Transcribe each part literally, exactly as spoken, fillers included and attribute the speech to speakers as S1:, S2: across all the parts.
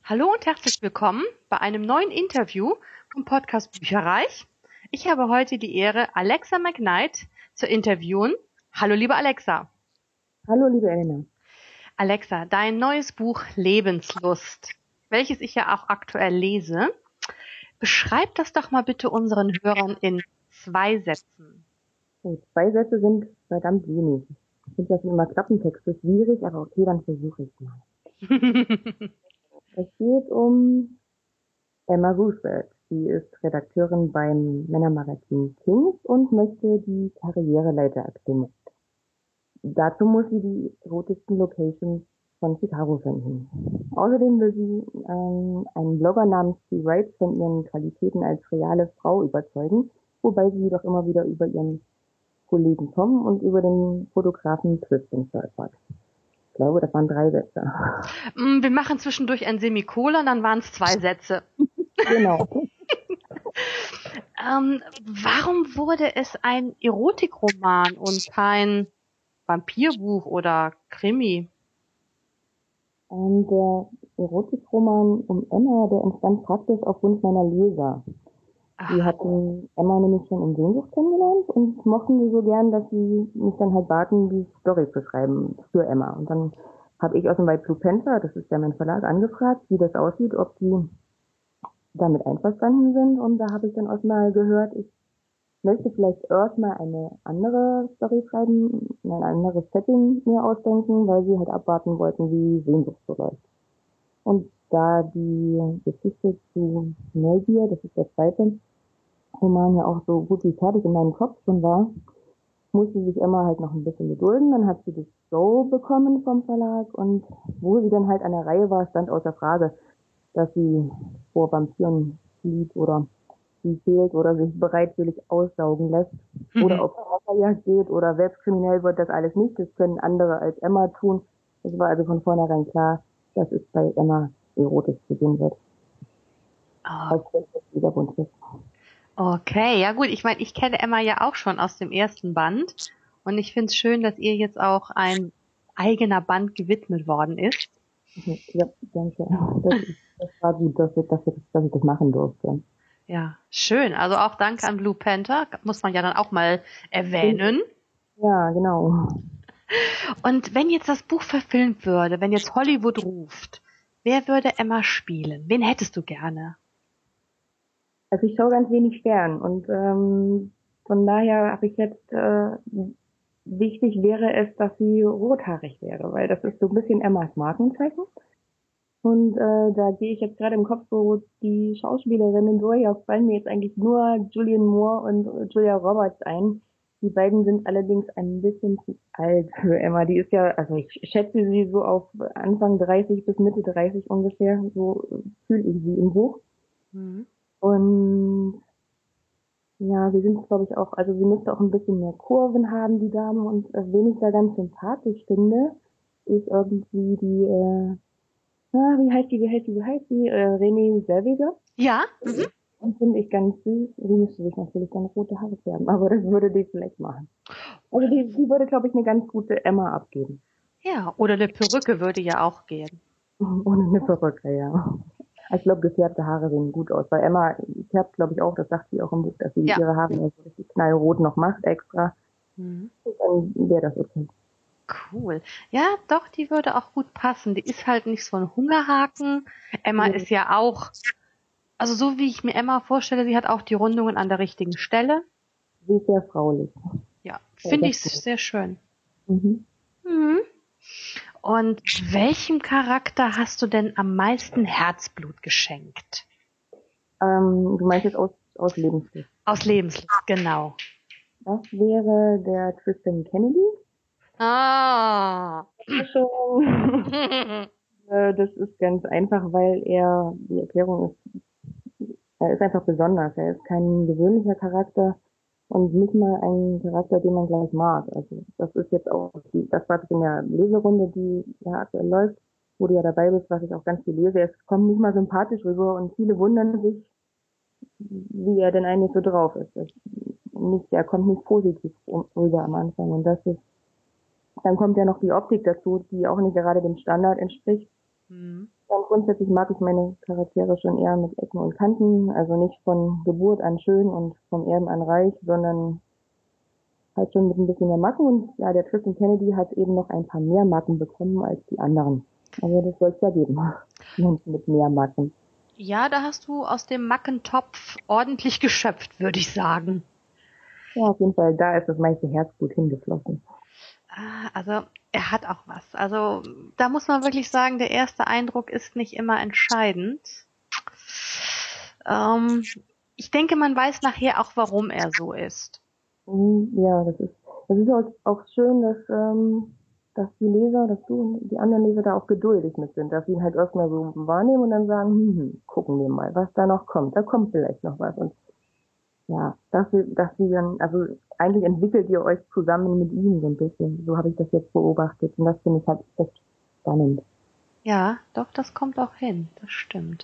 S1: Hallo und herzlich willkommen bei einem neuen Interview vom Podcast Bücherreich. Ich habe heute die Ehre, Alexa McKnight zu interviewen. Hallo, liebe Alexa.
S2: Hallo, liebe Elena.
S1: Alexa, dein neues Buch Lebenslust, welches ich ja auch aktuell lese, beschreib das doch mal bitte unseren Hörern in zwei Sätzen.
S2: So, zwei Sätze sind verdammt wenig. Ich finde das immer Klappentexte schwierig, aber okay, dann versuche ich mal. Es geht um Emma Roosevelt. Sie ist Redakteurin beim Männermagazin Kings und möchte die Karriereleiter erklimmen. Dazu muss sie die erotischsten Locations von Chicago finden. Außerdem will sie ähm, einen Blogger namens T. Wright von ihren Qualitäten als reale Frau überzeugen, wobei sie jedoch immer wieder über ihren Kollegen Tom und über den Fotografen Tristan stolpert. Ich glaube, das waren drei Sätze.
S1: Wir machen zwischendurch ein Semikolon, dann waren es zwei Sätze.
S2: Genau.
S1: ähm, warum wurde es ein Erotikroman und kein Vampirbuch oder Krimi?
S2: Ähm, der Erotikroman um Emma, der entstand praktisch auf Wunsch meiner Leser. Die hatten Emma nämlich schon in Sehnsucht kennengelernt und mochten sie so gern, dass sie mich dann halt baten, die Story zu schreiben für Emma. Und dann habe ich aus dem White Blue Panther, das ist ja mein Verlag, angefragt, wie das aussieht, ob die damit einverstanden sind. Und da habe ich dann erstmal gehört, ich möchte vielleicht erstmal eine andere Story schreiben, ein anderes Setting mir ausdenken, weil sie halt abwarten wollten, wie Sehnsucht so läuft. Und da die Geschichte zu Neugier, das ist der zweite Roman, ja auch so gut wie fertig in meinem Kopf schon war, musste sich Emma halt noch ein bisschen gedulden. Dann hat sie das Go bekommen vom Verlag und wo sie dann halt an der Reihe war, stand außer Frage, dass sie vor Vampiren flieht oder sie fehlt oder sich bereitwillig aussaugen lässt mhm. oder auf Wasserjagd geht oder selbst kriminell wird, das alles nicht. Das können andere als Emma tun. Es war also von vornherein klar, dass es bei Emma erotisch zu sehen wird.
S1: Oh. Aufgrund dieser Wunschliste. Okay, ja gut, ich meine, ich kenne Emma ja auch schon aus dem ersten Band und ich finde es schön, dass ihr jetzt auch ein eigener Band gewidmet worden ist.
S2: Ja, danke. Das, das war gut, dass ich, dass, ich, dass ich das machen durfte.
S1: Ja, schön. Also auch danke an Blue Panther, muss man ja dann auch mal erwähnen.
S2: Ja, genau.
S1: Und wenn jetzt das Buch verfilmt würde, wenn jetzt Hollywood ruft, wer würde Emma spielen? Wen hättest du gerne?
S2: Also ich schaue ganz wenig fern und ähm, von daher habe ich jetzt, äh, wichtig wäre es, dass sie rothaarig wäre, weil das ist so ein bisschen Emmas Markenzeichen. Und äh, da gehe ich jetzt gerade im Kopf so die Schauspielerinnen durch, auf fallen mir jetzt eigentlich nur Julianne Moore und Julia Roberts ein. Die beiden sind allerdings ein bisschen zu alt für Emma. Die ist ja, also ich schätze sie so auf Anfang dreißig bis Mitte dreißig ungefähr, so fühle ich sie im Buch. Mhm. Und ja, sie sind, glaube ich, auch, also sie müsste auch ein bisschen mehr Kurven haben, die Dame. Und äh, wen ich da ganz sympathisch finde, ist irgendwie die, äh, ah, wie heißt die, wie heißt die, wie heißt die, äh, Renée Zellweger.
S1: Ja. Mhm.
S2: Und finde ich ganz süß. Die müsste sich natürlich dann rote Haare färben, aber das würde die vielleicht machen. Also die, die würde, glaube ich, eine ganz gute Emma abgeben.
S1: Ja, oder eine Perücke würde ja auch gehen.
S2: Ohne eine Perücke, ja. Ich glaube, gefärbte Haare sehen gut aus, weil Emma färbt, glaube ich, auch, das sagt sie auch im Buch, dass sie ja. ihre Haare so richtig knallrot noch macht extra. Mhm. Und dann wäre das okay.
S1: Cool. Ja, doch, die würde auch gut passen. Die ist halt nicht so ein Hungerhaken. Emma ja. ist ja auch, also so wie ich mir Emma vorstelle, sie hat auch die Rundungen an der richtigen Stelle.
S2: Sie ist sehr fraulich.
S1: Ja, finde ja, ich gut. Sehr schön. Mhm. Mhm. Und welchem Charakter hast du denn am meisten Herzblut geschenkt?
S2: Ähm, du meinst jetzt aus, aus Lebenslust?
S1: Aus Lebenslust, genau.
S2: Das wäre der Tristan Kennedy.
S1: Ah.
S2: Das ist ganz einfach, weil er, die Erklärung ist, er ist einfach besonders. Er ist kein gewöhnlicher Charakter und nicht mal ein Charakter, den man gleich mag. Also das ist jetzt auch die, das, was ich in der Leserunde, die ja aktuell läuft, wo du ja dabei bist, was ich auch ganz viel lese. Es kommt nicht mal sympathisch rüber und viele wundern sich, wie er denn eigentlich so drauf ist. Das nicht, er kommt nicht positiv rüber am Anfang und das ist, dann kommt ja noch die Optik dazu, die auch nicht gerade dem Standard entspricht. Mhm. Ja, und grundsätzlich mag ich meine Charaktere schon eher mit Ecken und Kanten, also nicht von Geburt an schön und vom Erben an reich, sondern halt schon mit ein bisschen mehr Macken. Und ja, der Tristan Kennedy hat eben noch ein paar mehr Macken bekommen als die anderen. Also das soll es ja geben. Menschen mit mehr Macken.
S1: Ja, da hast du aus dem Mackentopf ordentlich geschöpft, würde ich sagen.
S2: Ja, auf jeden Fall, da ist das meiste Herzblut hingeflossen.
S1: Ah, also er hat auch was. Also da muss man wirklich sagen, der erste Eindruck ist nicht immer entscheidend. Ähm, ich denke, man weiß nachher auch, warum er so ist.
S2: Ja, das ist, das ist auch, auch schön, dass, ähm, dass die Leser, dass du und die anderen Leser da auch geduldig mit sind, dass sie ihn halt erstmal so wahrnehmen und dann sagen, hm, hm, gucken wir mal, was da noch kommt. Da kommt vielleicht noch was. Und ja, dass sie, dass sie dann, also eigentlich entwickelt ihr euch zusammen mit ihm so ein bisschen. So habe ich das jetzt beobachtet. Und das finde ich halt echt spannend.
S1: Ja, doch, das kommt auch hin. Das stimmt.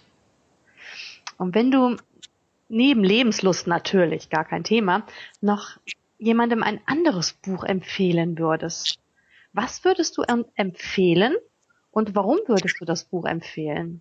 S1: Und wenn du neben Lebenslust natürlich, gar kein Thema, noch jemandem ein anderes Buch empfehlen würdest, was würdest du em- empfehlen und warum würdest du das Buch empfehlen?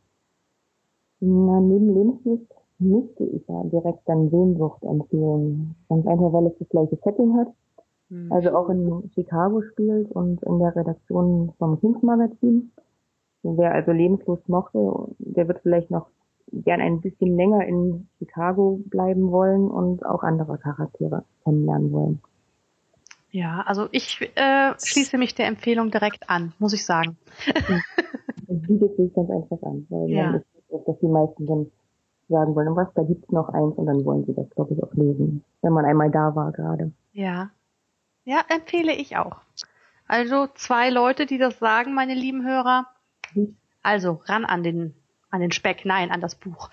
S2: Na, neben Lebenslust müsste ich ja direkt dann Sehnsucht empfehlen. Ganz einfach, weil es das gleiche Setting hat. Also
S1: Mhm.
S2: auch in Chicago spielt und in der Redaktion vom Kings Magazin. Wer also Lebenslust mochte, der wird vielleicht noch gern ein bisschen länger in Chicago bleiben wollen und auch andere Charaktere kennenlernen wollen.
S1: Ja, also ich äh, schließe mich der Empfehlung direkt an, muss ich sagen.
S2: Es bietet sich ganz einfach an, weil man
S1: Ja,
S2: ist, dass die meisten dann sagen wollen, was, da gibt's noch eins und dann wollen sie das, glaube ich, auch lesen, wenn man einmal da war gerade.
S1: ja, ja, empfehle ich auch. Also zwei Leute, die das sagen, meine lieben Hörer. Also ran an den an den Speck, nein, an das Buch.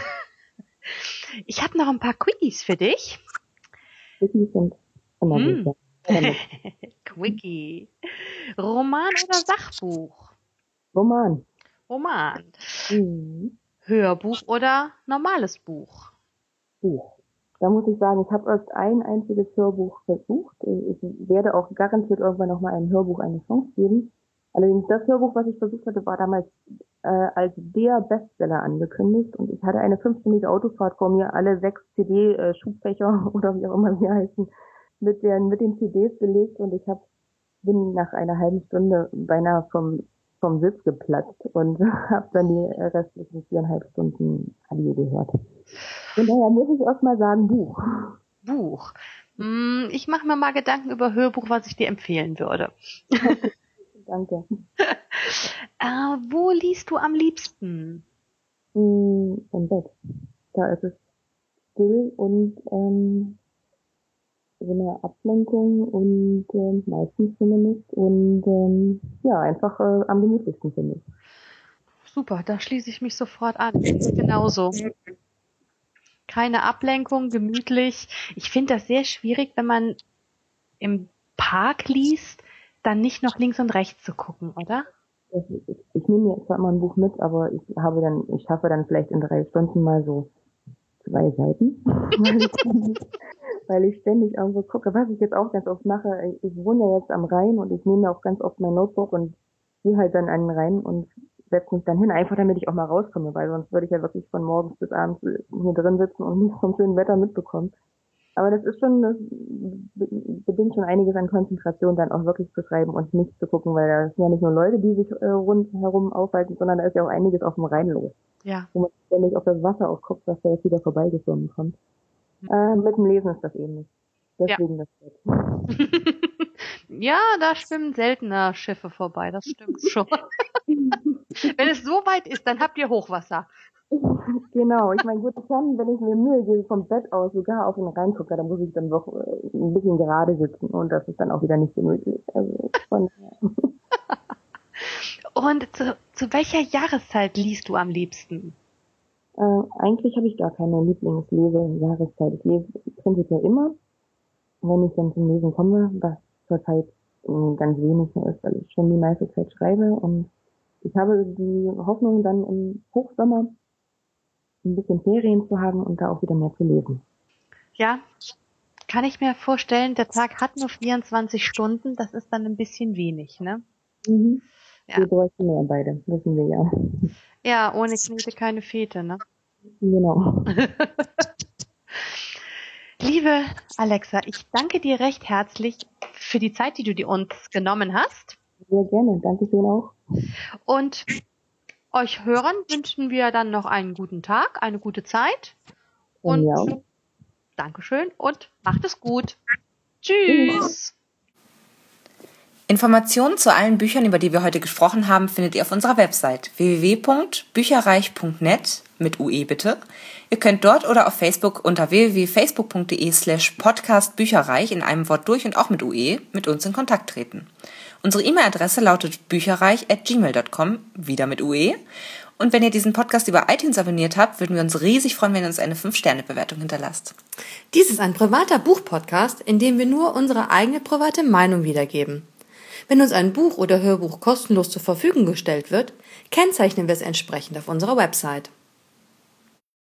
S1: Ich habe noch ein paar Quickies für dich.
S2: Wikis sind immer gut,
S1: Hm.
S2: ja. Ja, damit.
S1: Quickie. Roman oder Sachbuch?
S2: Roman.
S1: Roman.
S2: Mhm.
S1: Hörbuch oder normales Buch?
S2: Buch. Da muss ich sagen, ich habe erst ein einziges Hörbuch versucht. Ich werde auch garantiert irgendwann nochmal einem Hörbuch eine Chance geben. Allerdings das Hörbuch, was ich versucht hatte, war damals äh, als der Bestseller angekündigt und ich hatte eine fünfstündige Autofahrt vor mir, alle sechs C D-Schubfächer oder wie auch immer sie heißen, mit den, mit den C Ds belegt und ich hab, bin nach einer halben Stunde beinahe vom, vom Sitz geplatzt und habe dann die restlichen viereinhalb Stunden Radio gehört. Von daher muss ich erst mal sagen, Buch.
S1: Buch. Hm, ich mache mir mal Gedanken über Hörbuch, was ich dir empfehlen würde.
S2: Danke.
S1: Äh, wo liest du am liebsten?
S2: Hm, Im Bett. Da ist es still und ähm, so eine Ablenkung und ähm, meistens zumindest. Und ähm, ja, einfach äh, am gemütlichsten finde ich.
S1: Super, da schließe ich mich sofort an. Genauso. Keine Ablenkung, gemütlich. Ich finde das sehr schwierig, wenn man im Park liest, dann nicht noch links und rechts zu gucken, oder?
S2: Das, ich, ich nehme mir zwar immer ein Buch mit, aber ich habe dann, ich schaffe dann vielleicht in drei Stunden mal so zwei Seiten, weil ich, weil ich ständig irgendwo gucke, was ich jetzt auch ganz oft mache. Ich wohne ja jetzt am Rhein und ich nehme auch ganz oft mein Notebook und gehe halt dann an den Rhein und setze mich dann hin, einfach damit ich auch mal rauskomme, weil sonst würde ich ja wirklich von morgens bis abends hier drin sitzen und nichts vom schönen Wetter mitbekommen. Aber das ist schon, das bedingt schon einiges an Konzentration, dann auch wirklich zu schreiben und nicht zu gucken, weil da sind ja nicht nur Leute, die sich äh, rundherum aufhalten, sondern da ist ja auch einiges auf dem Rhein los,
S1: Ja.
S2: wo man ständig auf das Wasser auch guckt, was da jetzt wieder vorbeigeschwommen kommt. Äh, mit dem Lesen ist das ähnlich.
S1: Ja.
S2: Deswegen das Bett.
S1: Ja, da schwimmen seltener Schiffe vorbei, das stimmt schon. Wenn es so weit ist, dann habt ihr Hochwasser.
S2: Genau, ich meine, gut, ich kann, wenn ich mir Mühe gebe, vom Bett aus sogar auf den Rhein gucke, dann muss ich dann doch äh, ein bisschen gerade sitzen und das ist dann auch wieder nicht gemütlich. Also von
S1: Und zu, zu welcher Jahreszeit liest du am liebsten?
S2: Äh, eigentlich habe ich gar keine Lieblingslese-Jahreszeit. Ich lese prinzipiell immer, wenn ich dann zum Lesen komme, was zurzeit äh, ganz wenig mehr ist, weil ich schon die meiste Zeit schreibe. Und ich habe die Hoffnung, dann im Hochsommer ein bisschen Ferien zu haben und da auch wieder mehr zu lesen.
S1: Ja, kann ich mir vorstellen, der Tag hat nur vierundzwanzig Stunden, das ist dann ein bisschen wenig, ne?
S2: Mhm.
S1: Ja.
S2: Wir bräuchten mehr beide, wissen wir ja.
S1: Ja, ohne Knete keine Fete, ne?
S2: Genau.
S1: Liebe Alexa, ich danke dir recht herzlich für die Zeit, die du dir uns genommen hast.
S2: Sehr gerne, danke schön auch.
S1: Und euch Hörern wünschen wir dann noch einen guten Tag, eine gute Zeit. Und
S2: ja.
S1: Dankeschön und macht es gut. Tschüss.
S3: Informationen zu allen Büchern, über die wir heute gesprochen haben, findet ihr auf unserer Website w w w punkt bücherreich punkt net mit U E bitte. Ihr könnt dort oder auf Facebook unter w w w punkt facebook punkt de slash podcast bücherreich in einem Wort durch und auch mit U E mit uns in Kontakt treten. Unsere E-Mail-Adresse lautet bücherreich at gmail punkt com, wieder mit U E. Und wenn ihr diesen Podcast über iTunes abonniert habt, würden wir uns riesig freuen, wenn ihr uns eine fünf Sterne Bewertung hinterlasst.
S4: Dies ist ein privater Buchpodcast, in dem wir nur unsere eigene private Meinung wiedergeben. Wenn uns ein Buch oder Hörbuch kostenlos zur Verfügung gestellt wird, kennzeichnen wir es entsprechend auf unserer Website.